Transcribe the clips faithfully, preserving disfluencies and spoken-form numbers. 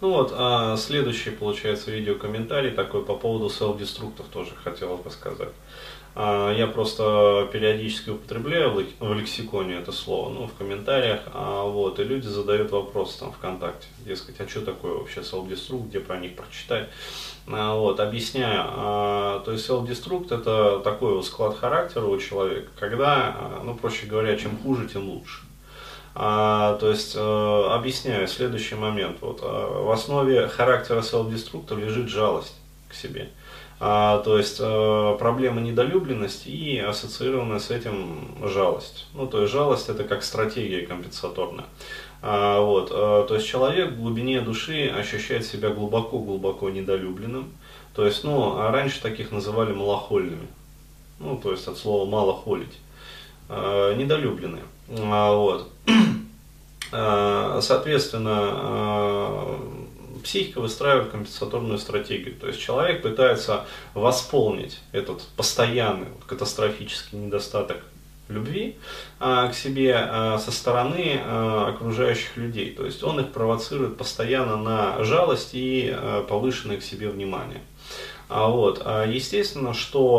Ну вот, а следующий, получается, видеокомментарий такой по поводу селф-деструктов тоже хотел бы сказать. А, Я просто периодически употребляю в лек- в лексиконе это слово, ну, в комментариях, а, вот, и люди задают вопрос там ВКонтакте, дескать, а что такое вообще self-destruct, где про них прочитать. А, Вот, объясняю, а, то есть self-destruct это такой вот склад характера у человека, когда, а, ну, проще говоря, чем хуже, тем лучше. А, то есть, э, объясняю следующий момент. Вот, э, в основе характера селф-деструктора лежит жалость к себе. А, то есть, э, проблема недолюбленности и ассоциированная с этим жалость. Ну, то есть, жалость это как стратегия компенсаторная. А, вот, э, то есть, человек в глубине души ощущает себя глубоко-глубоко недолюбленным. То есть, ну, а раньше таких называли малохольными. Ну, то есть, от слова мало холить. Э, недолюбленные. А, вот. Э, Соответственно, э, психика выстраивает компенсаторную стратегию. То есть человек пытается восполнить этот постоянный вот, катастрофический недостаток любви а, к себе а, со стороны а, окружающих людей. То есть он их провоцирует постоянно на жалость и а, повышенное к себе внимание. А вот, а естественно,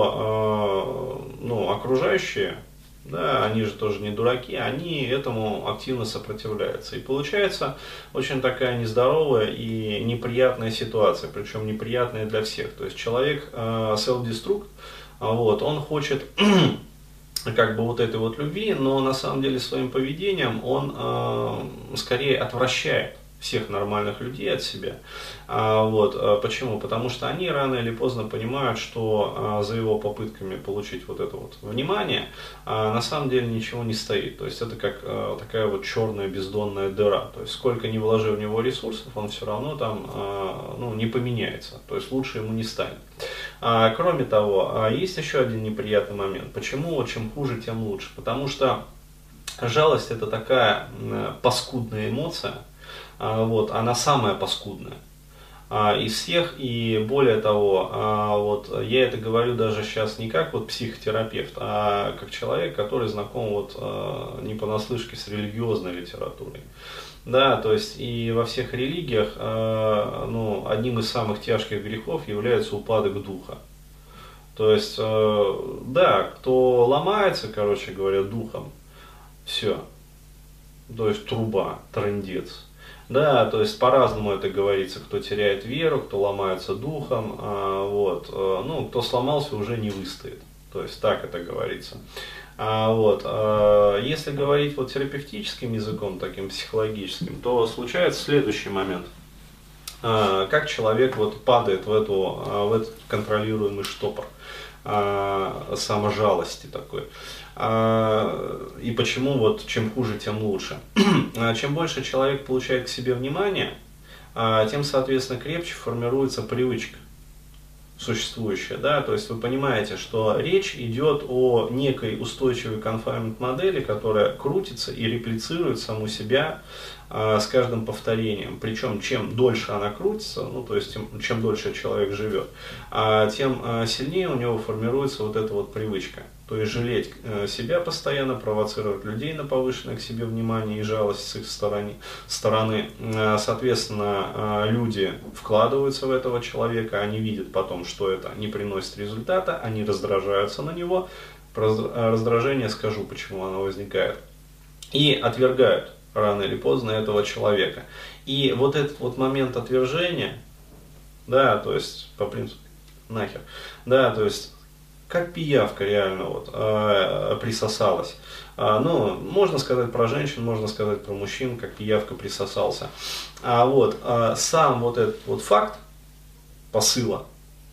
что э, ну, окружающие, да, они же тоже не дураки, они этому активно сопротивляются. И получается очень такая нездоровая и неприятная ситуация, причем неприятная для всех. То есть человек э, self-destruct, вот, он хочет как бы вот этой вот любви, но на самом деле своим поведением он э, скорее отвращает всех нормальных людей от себя. А, вот, а, почему? Потому что они рано или поздно понимают, что а, за его попытками получить вот это вот внимание, а, на самом деле ничего не стоит. То есть это как а, такая вот черная бездонная дыра. То есть сколько ни вложи в него ресурсов, он все равно там а, ну, не поменяется. То есть лучше ему не станет. А, кроме того, а, есть еще один неприятный момент. Почему? Чем хуже, тем лучше. Потому что жалость это такая м, паскудная эмоция. А, вот, она самая паскудная а, из всех, и более того, а, вот, я это говорю даже сейчас не как вот психотерапевт, а как человек, который знаком вот, а, не понаслышке с религиозной литературой. Да, то есть и во всех религиях а, ну, одним из самых тяжких грехов является упадок духа. То есть, а, да, кто ломается, короче говоря, духом, все, то есть труба, трындец. Да, то есть по-разному это говорится, кто теряет веру, кто ломается духом, а, вот, а, ну, кто сломался, уже не выстоит. То есть так это говорится. А, вот, а, если говорить вот терапевтическим языком, таким психологическим, то случается следующий момент. А, как человек вот падает в, эту, а, в этот контролируемый штопор а, саможалости такой. А, и почему вот чем хуже, тем лучше. А, чем больше человек получает к себе внимания, а, тем, соответственно, крепче формируется привычка существующая, да, то есть вы понимаете, что речь идет о некой устойчивой конфаймент модели, которая крутится и реплицирует саму себя а, с каждым повторением. Причем чем дольше она крутится, ну то есть тем, чем дольше человек живет, а, тем а, сильнее у него формируется вот эта вот привычка. То есть жалеть э, себя постоянно, провоцировать людей на повышенное к себе внимание и жалость с их стороны. стороны. Э, соответственно, э, люди вкладываются в этого человека, они видят потом, что это не приносит результата, они раздражаются на него. Про раздражение скажу, почему оно возникает. И отвергают рано или поздно этого человека. И вот этот вот момент отвержения, да, то есть по принципу нахер, да, то есть как пиявка реально вот, э, присосалась. А, ну, можно сказать про женщин, можно сказать про мужчин, как пиявка присосался. А вот а, сам вот этот вот факт посыла,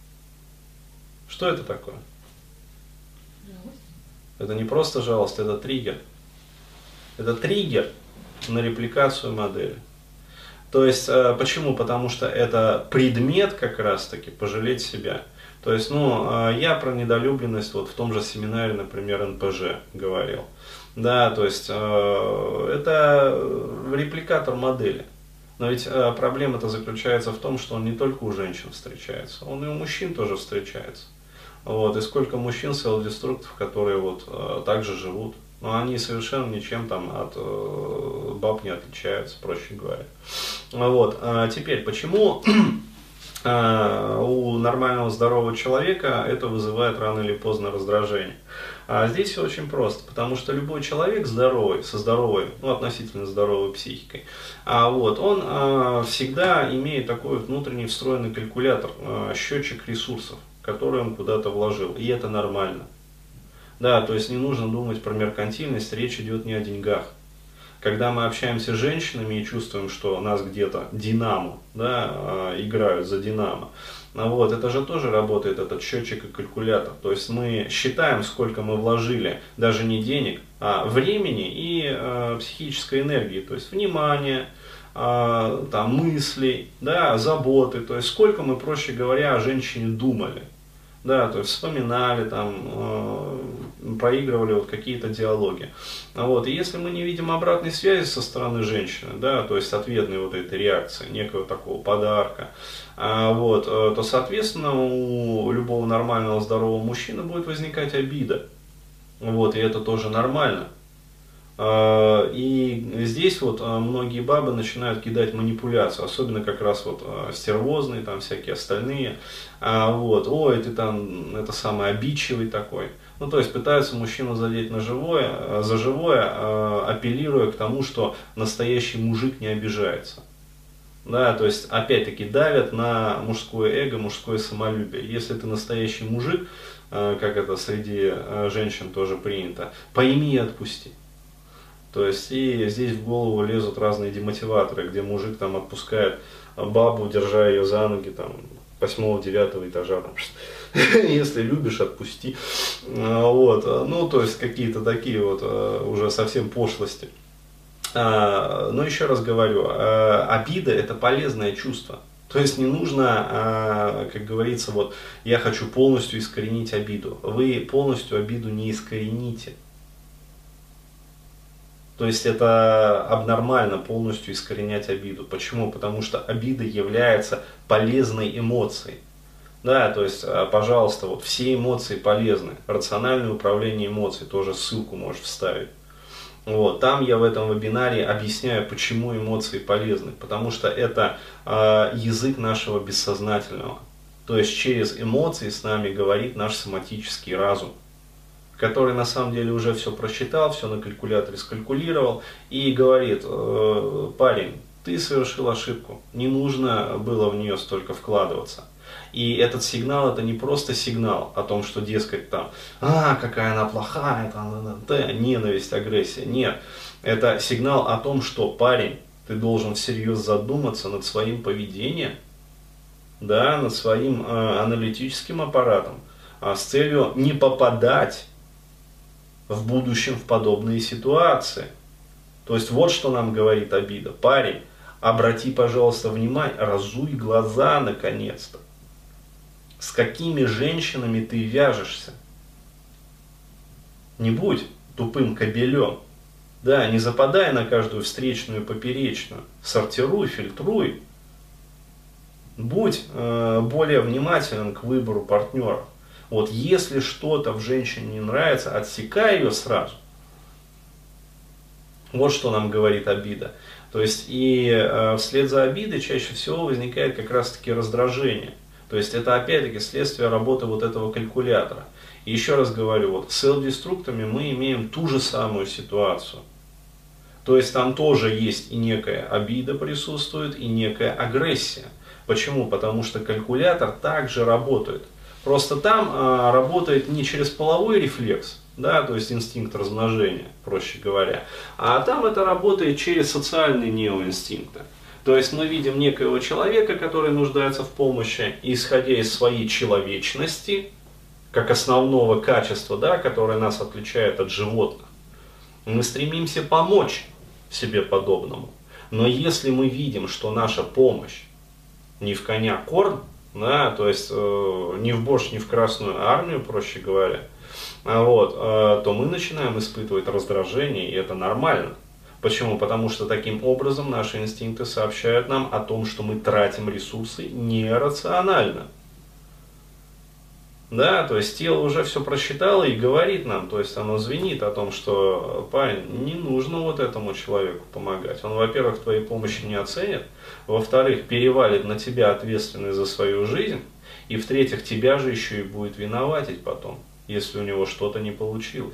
что это такое? Жалость. Это не просто жалость, это триггер. Это триггер на репликацию модели. То есть, э, почему? Потому что это предмет как раз-таки пожалеть себя. То есть, ну, я про недолюбленность вот в том же семинаре, например, эн пэ жэ говорил. Да, то есть, это репликатор модели. Но ведь проблема-то заключается в том, что он не только у женщин встречается, он и у мужчин тоже встречается. Вот, и сколько мужчин селф-деструктов, которые вот также живут. но они совершенно ничем там от э, баб не отличаются, проще говоря. Вот. А теперь, почему у нормального здорового человека это вызывает рано или поздно раздражение? А здесь все очень просто, потому что любой человек здоровый, со здоровой, ну, относительно здоровой психикой, а вот, он а, всегда имеет такой внутренний встроенный калькулятор, а, счетчик ресурсов, который он куда-то вложил, и это нормально. Да, то есть не нужно думать про меркантильность, речь идет не о деньгах. Когда мы общаемся с женщинами и чувствуем, что нас где-то динамо, да, играют за динамо, вот, это же тоже работает, этот счетчик и калькулятор. То есть мы считаем, сколько мы вложили, даже не денег, а времени и э, психической энергии, то есть внимания, э, там, мыслей, да, заботы, то есть сколько мы, проще говоря, о женщине думали. Да, то есть вспоминали, там, э, проигрывали вот какие-то диалоги. Вот. И если мы не видим обратной связи со стороны женщины, да, то есть ответной вот этой реакции, некого такого подарка, э, вот, э, то, соответственно, у любого нормального, здорового мужчины будет возникать обида. Вот, и это тоже нормально. И здесь вот многие бабы начинают кидать манипуляцию, особенно как раз вот стервозные, там всякие остальные. Вот, ой, ты там, это самый обидчивый такой. Ну, то есть пытаются мужчину задеть на живое, за живое, апеллируя к тому, что настоящий мужик не обижается. Да, то есть опять-таки давят на мужское эго, мужское самолюбие. Если ты настоящий мужик, как это среди женщин тоже принято, пойми и отпусти. То есть и здесь в голову лезут разные демотиваторы, где мужик там отпускает бабу, держа ее за ноги, там, восьмого-девятого этажа, там, если любишь, отпусти. Вот. Ну, то есть какие-то такие вот уже совсем пошлости. Но еще раз говорю, обида — это полезное чувство. То есть не нужно, как говорится, вот я хочу полностью искоренить обиду. Вы полностью обиду не искорените. То есть это абнормально полностью искоренять обиду. Почему? Потому что обида является полезной эмоцией. Да, то есть, пожалуйста, вот все эмоции полезны. Рациональное управление эмоцией, тоже ссылку можешь вставить. Вот, там я в этом вебинаре объясняю, почему эмоции полезны. Потому что это э, язык нашего бессознательного. То есть через эмоции с нами говорит наш соматический разум, который на самом деле уже все просчитал, все на калькуляторе скалькулировал и говорит: э, парень, ты совершил ошибку, не нужно было в нее столько вкладываться. И этот сигнал — это не просто сигнал о том, что, дескать, там, а, какая она плохая, там, да, ненависть, агрессия. Нет, это сигнал о том, что, парень, ты должен всерьез задуматься над своим поведением, да, над своим э, аналитическим аппаратом, э, с целью не попадать в будущем в подобные ситуации. То есть вот что нам говорит обида. Парень, обрати, пожалуйста, внимание, разуй глаза наконец-то. С какими женщинами ты вяжешься? Не будь тупым кобелем. Да, не западай на каждую встречную и поперечную. Сортируй, фильтруй. Будь э, более внимателен к выбору партнера. Вот если что-то в женщине не нравится, отсекай ее сразу. Вот что нам говорит обида. То есть и э, вслед за обидой чаще всего возникает как раз таки раздражение. То есть это опять-таки следствие работы вот этого калькулятора. И еще раз говорю, вот с селф-деструктами мы имеем ту же самую ситуацию. То есть там тоже есть и некая обида присутствует, и некая агрессия. Почему? Потому что калькулятор также работает. Просто там а, работает не через половой рефлекс, да, то есть инстинкт размножения, проще говоря, а там это работает через социальные неоинстинкты. То есть мы видим некоего человека, который нуждается в помощи, и исходя из своей человечности, как основного качества, да, которое нас отличает от животных, мы стремимся помочь себе подобному. Но если мы видим, что наша помощь не в коня корм, да, то есть э, не в борщ, не в Красную Армию, проще говоря, вот, э, то мы начинаем испытывать раздражение, и это нормально. Почему? Потому что таким образом наши инстинкты сообщают нам о том, что мы тратим ресурсы нерационально. Да, то есть тело уже все просчитало и говорит нам, то есть оно звенит о том, что, парень, не нужно вот этому человеку помогать. Он, во-первых, твоей помощи не оценит, во-вторых, перевалит на тебя ответственность за свою жизнь, и в-третьих, тебя же еще и будет виноватить потом, если у него что-то не получилось.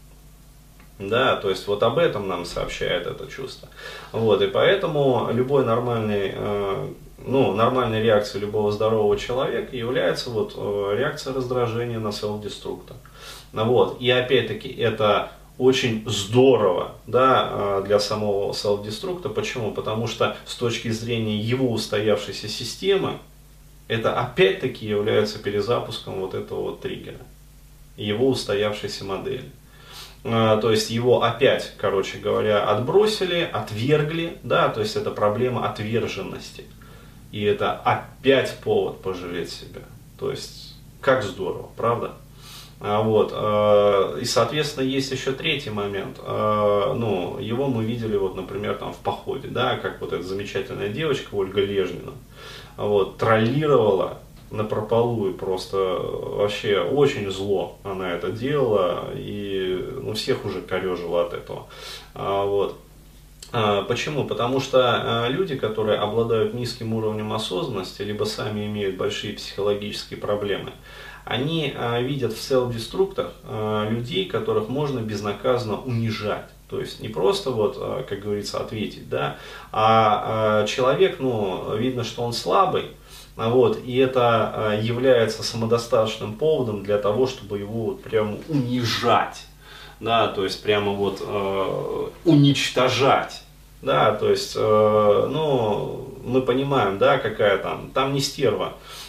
Да, то есть вот об этом нам сообщает это чувство. Вот, и поэтому любой нормальный, э, ну, нормальной реакцией любого здорового человека является вот э, реакция раздражения на селф-деструктор. Вот, и опять-таки это очень здорово, да, для самого селф-деструктора. Почему? Потому что с точки зрения его устоявшейся системы, это опять-таки является перезапуском вот этого вот триггера, его устоявшейся модели. То есть его опять, короче говоря, отбросили, отвергли, да, то есть это проблема отверженности. И это опять повод пожалеть себя. То есть, как здорово, правда? Вот. И, соответственно, есть еще третий момент. Ну, его мы видели, вот, например, там в походе, да, как вот эта замечательная девочка Ольга Лежнина, вот, троллировала напропалую, просто вообще очень зло она это делала, и ну, всех уже корежила от этого. А, вот. а, почему? Потому что а, люди, которые обладают низким уровнем осознанности, либо сами имеют большие психологические проблемы, они а, видят в селф-деструктах а, людей, которых можно безнаказанно унижать. То есть не просто, вот, как говорится, ответить, да, а, а человек, ну, видно, что он слабый. Вот, и это является самодостаточным поводом для того, чтобы его вот прямо унижать, да, то есть прямо вот э, уничтожать, да, то есть, э, ну, мы понимаем, да, какая там, там не стерва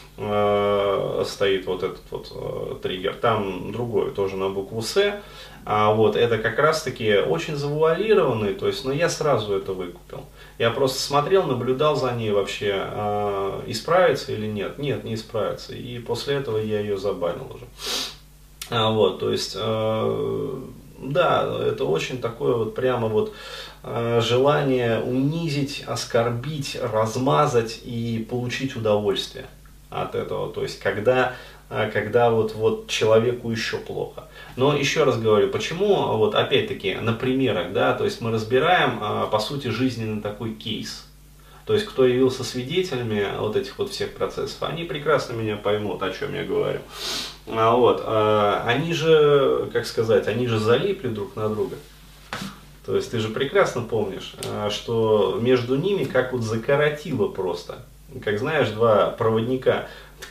э, стоит вот этот вот э, триггер, там другой, тоже на букву С, а вот это как раз таки очень завуалированный, то есть, ну, я сразу это выкупил. Я просто смотрел, наблюдал за ней вообще, э, исправится или нет. Нет, не исправится. И после этого я ее забанил уже. А, вот, то есть, э, да, это очень такое вот прямо вот э, желание унизить, оскорбить, размазать и получить удовольствие от этого. То есть, когда, когда вот, вот человеку еще плохо. Но еще раз говорю, почему, вот опять-таки на примерах, да, то есть мы разбираем, по сути, жизненный такой кейс. То есть кто явился свидетелями вот этих вот всех процессов, они прекрасно меня поймут, о чем я говорю. Вот, они же, как сказать, они же залипли друг на друга. То есть ты же прекрасно помнишь, что между ними как вот закоротило просто. Как знаешь, два проводника.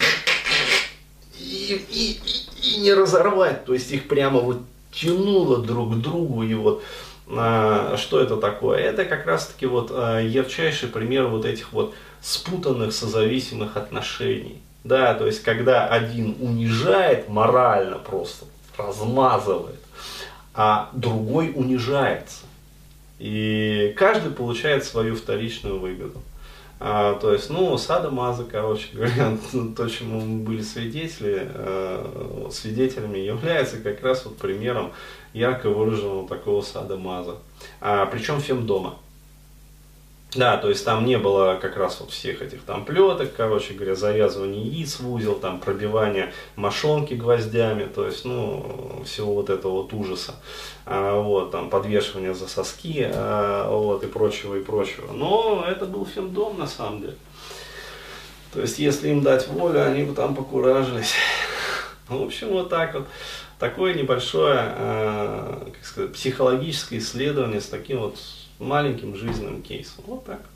И, и, и не разорвать, то есть их прямо вот тянуло друг к другу, и вот а, что это такое? Это как раз таки вот а, ярчайший пример вот этих вот спутанных созависимых отношений, да, то есть когда один унижает морально просто, размазывает, а другой унижается, и каждый получает свою вторичную выгоду. А, то есть, ну, садо-мазо, короче говоря, то, чему мы были свидетели, э, вот, свидетелями, является как раз вот примером ярко выраженного такого садо-мазо. А, причем фемдома. Да, то есть там не было как раз вот всех этих там плеток, короче говоря, завязывания яиц в узел, там пробивания мошонки гвоздями, то есть, ну, всего вот этого вот ужаса, а, вот, там, подвешивания за соски, а, вот, и прочего, и прочего. Но это был фемдом на самом деле. То есть, если им дать волю, они бы там покуражились. В общем, вот так вот. Такое небольшое, а, как сказать, психологическое исследование с таким вот маленьким жизненным кейсом. Вот так.